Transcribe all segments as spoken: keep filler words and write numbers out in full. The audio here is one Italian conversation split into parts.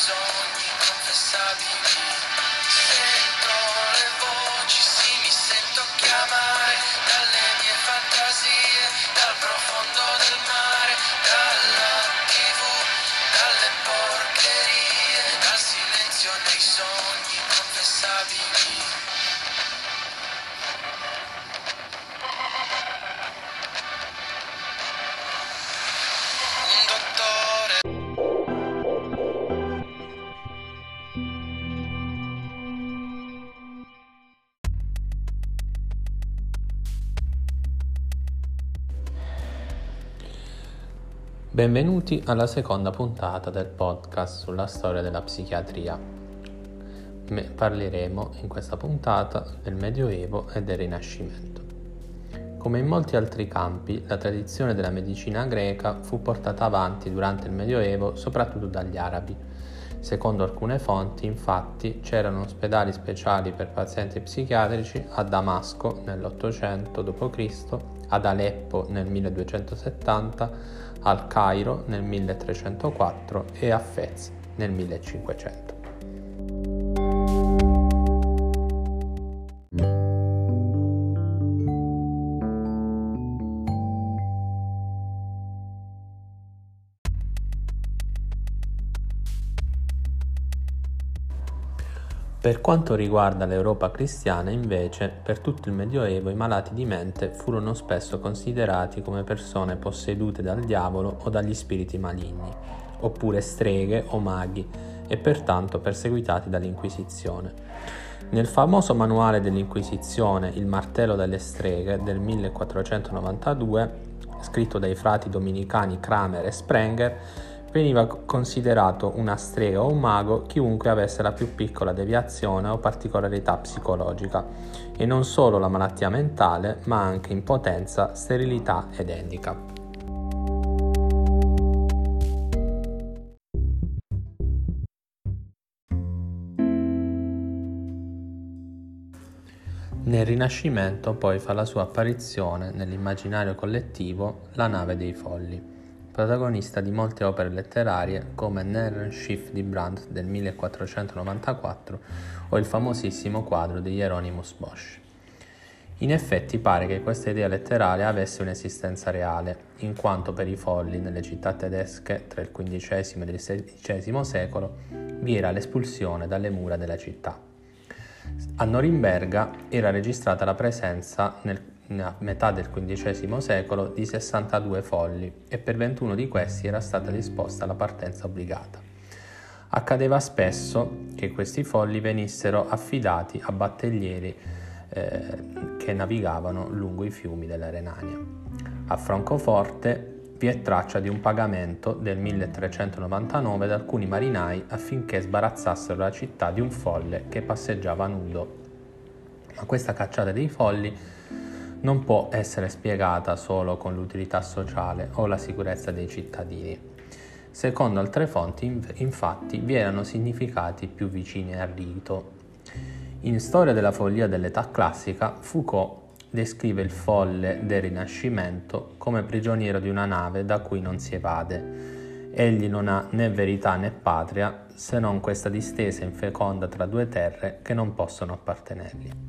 sogni inconfessabili. Sento le voci, sì, mi sento chiamare dalle mie fantasie, dal profondo del mare, dalla tivù, dalle porcherie, dal silenzio nei sogni inconfessabili. Un dottore. Benvenuti alla seconda puntata del podcast sulla storia della psichiatria. Me- parleremo in questa puntata del Medioevo e del Rinascimento. Come in molti altri campi, la tradizione della medicina greca fu portata avanti durante il Medioevo soprattutto dagli arabi. Secondo alcune fonti, infatti, c'erano ospedali speciali per pazienti psichiatrici a Damasco nell'ottocento dopo Cristo, ad Aleppo nel milleduecentosettanta, al Cairo nel milletrecentoquattro e a Fez nel millecinquecento. Per quanto riguarda l'Europa cristiana, invece, per tutto il Medioevo i malati di mente furono spesso considerati come persone possedute dal diavolo o dagli spiriti maligni, oppure streghe o maghi, e pertanto perseguitati dall'Inquisizione. Nel famoso manuale dell'Inquisizione, Il martello delle streghe, del millequattrocentonovantadue, scritto dai frati dominicani Kramer e Sprenger, veniva considerato una strega o un mago chiunque avesse la più piccola deviazione o particolarità psicologica, e non solo la malattia mentale, ma anche impotenza, sterilità ed handicap. Nel Rinascimento poi fa la sua apparizione nell'immaginario collettivo la Nave dei Folli, protagonista di molte opere letterarie come Narrenschiff di Brandt del millequattrocentonovantaquattro o il famosissimo quadro di Hieronymus Bosch. In effetti pare che questa idea letteraria avesse un'esistenza reale, in quanto per i folli nelle città tedesche tra il quindicesimo e il sedicesimo secolo vi era l'espulsione dalle mura della città. A Norimberga era registrata la presenza nel a metà del quindicesimo secolo di sessantadue folli e per ventuno di questi era stata disposta la partenza obbligata. Accadeva spesso che questi folli venissero affidati a battellieri eh, che navigavano lungo i fiumi della Renania. A Francoforte vi è traccia di un pagamento del milletrecentonovantanove da alcuni marinai affinché sbarazzassero la città di un folle che passeggiava nudo. Ma questa cacciata dei folli non può essere spiegata solo con l'utilità sociale o la sicurezza dei cittadini. Secondo altre fonti, infatti, vi erano significati più vicini al rito. In Storia della follia dell'età classica, Foucault descrive il folle del Rinascimento come prigioniero di una nave da cui non si evade. Egli non ha né verità né patria, se non questa distesa infeconda tra due terre che non possono appartenergli.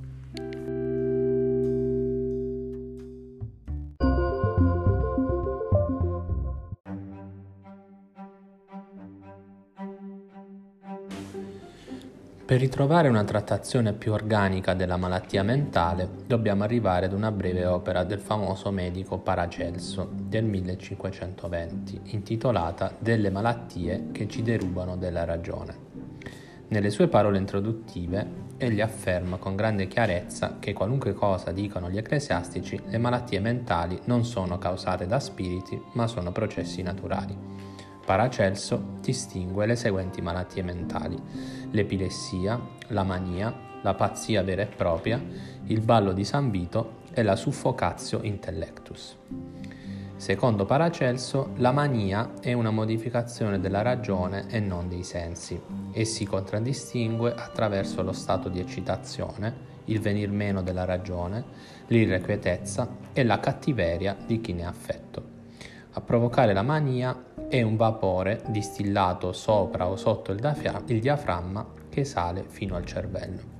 Per ritrovare una trattazione più organica della malattia mentale, dobbiamo arrivare ad una breve opera del famoso medico Paracelso del millecinquecentoventi, intitolata Delle malattie che ci derubano della ragione. Nelle sue parole introduttive, egli afferma con grande chiarezza che qualunque cosa dicano gli ecclesiastici, le malattie mentali non sono causate da spiriti, ma sono processi naturali. Paracelso distingue le seguenti malattie mentali: l'epilessia, la mania, la pazzia vera e propria, il ballo di San Vito e la suffocatio intellectus. Secondo Paracelso, la mania è una modificazione della ragione e non dei sensi e si contraddistingue attraverso lo stato di eccitazione, il venir meno della ragione, l'irrequietezza e la cattiveria di chi ne è affetto. A provocare la mania è un vapore distillato sopra o sotto il, diafra- il diaframma che sale fino al cervello.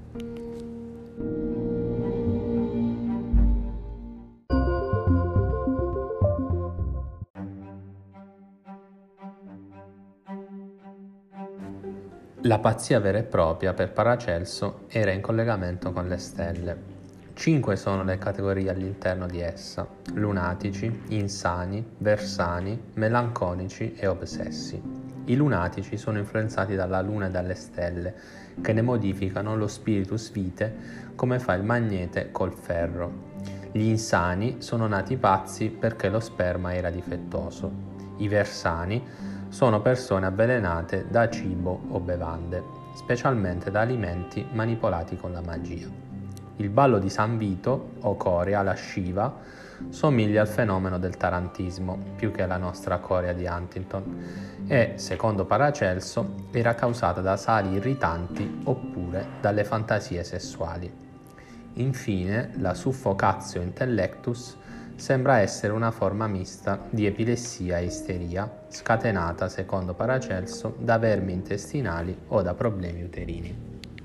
La pazzia vera e propria per Paracelso era in collegamento con le stelle. Cinque sono le categorie all'interno di essa: lunatici, insani, versani, melanconici e obsessi. I lunatici sono influenzati dalla luna e dalle stelle, che ne modificano lo spiritus vitae come fa il magnete col ferro. Gli insani sono nati pazzi perché lo sperma era difettoso. I versani sono persone avvelenate da cibo o bevande, specialmente da alimenti manipolati con la magia. Il ballo di San Vito o corea, la Shiva, somiglia al fenomeno del tarantismo più che alla nostra corea di Huntington e, secondo Paracelso, era causata da sali irritanti oppure dalle fantasie sessuali. Infine, la suffocatio intellectus sembra essere una forma mista di epilessia e isteria, scatenata, secondo Paracelso, da vermi intestinali o da problemi uterini.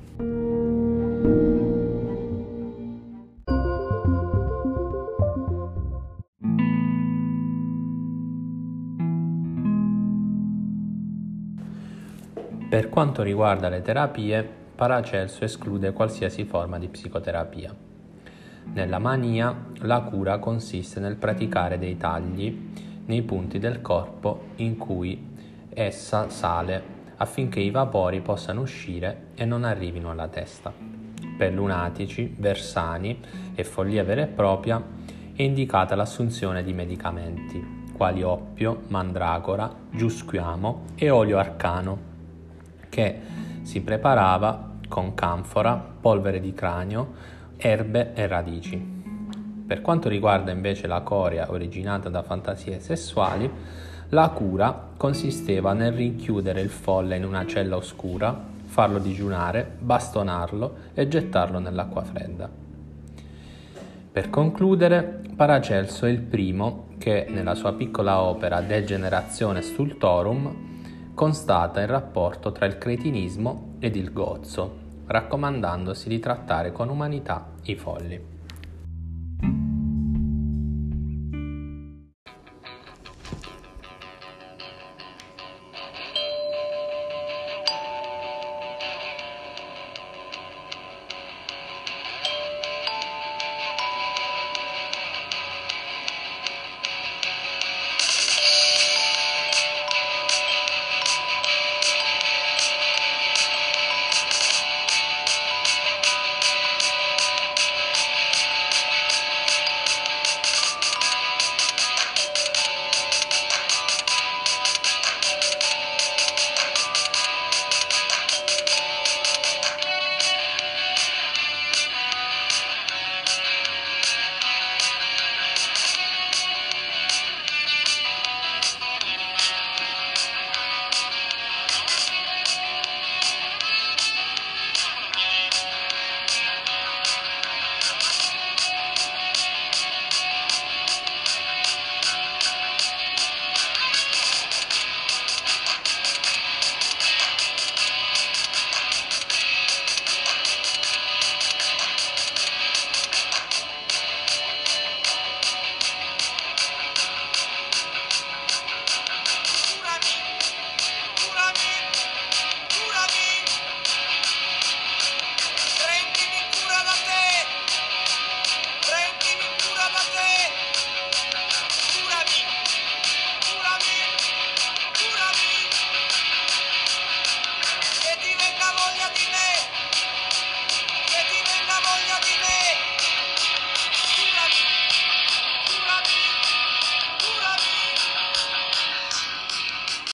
Per quanto riguarda le terapie, Paracelso esclude qualsiasi forma di psicoterapia. Nella mania, la cura consiste nel praticare dei tagli nei punti del corpo in cui essa sale, affinché i vapori possano uscire e non arrivino alla testa. Per lunatici, versani e follia vera e propria è indicata l'assunzione di medicamenti, quali oppio, mandragora, giusquiamo e olio arcano, che si preparava con canfora, polvere di cranio, erbe e radici. Per quanto riguarda invece la corea originata da fantasie sessuali, la cura consisteva nel rinchiudere il folle in una cella oscura, farlo digiunare, bastonarlo e gettarlo nell'acqua fredda. Per concludere, Paracelso è il primo che, nella sua piccola opera De Generatione Stultorum, constata il rapporto tra il cretinismo ed il gozzo, raccomandandosi di trattare con umanità i folli. Voglia di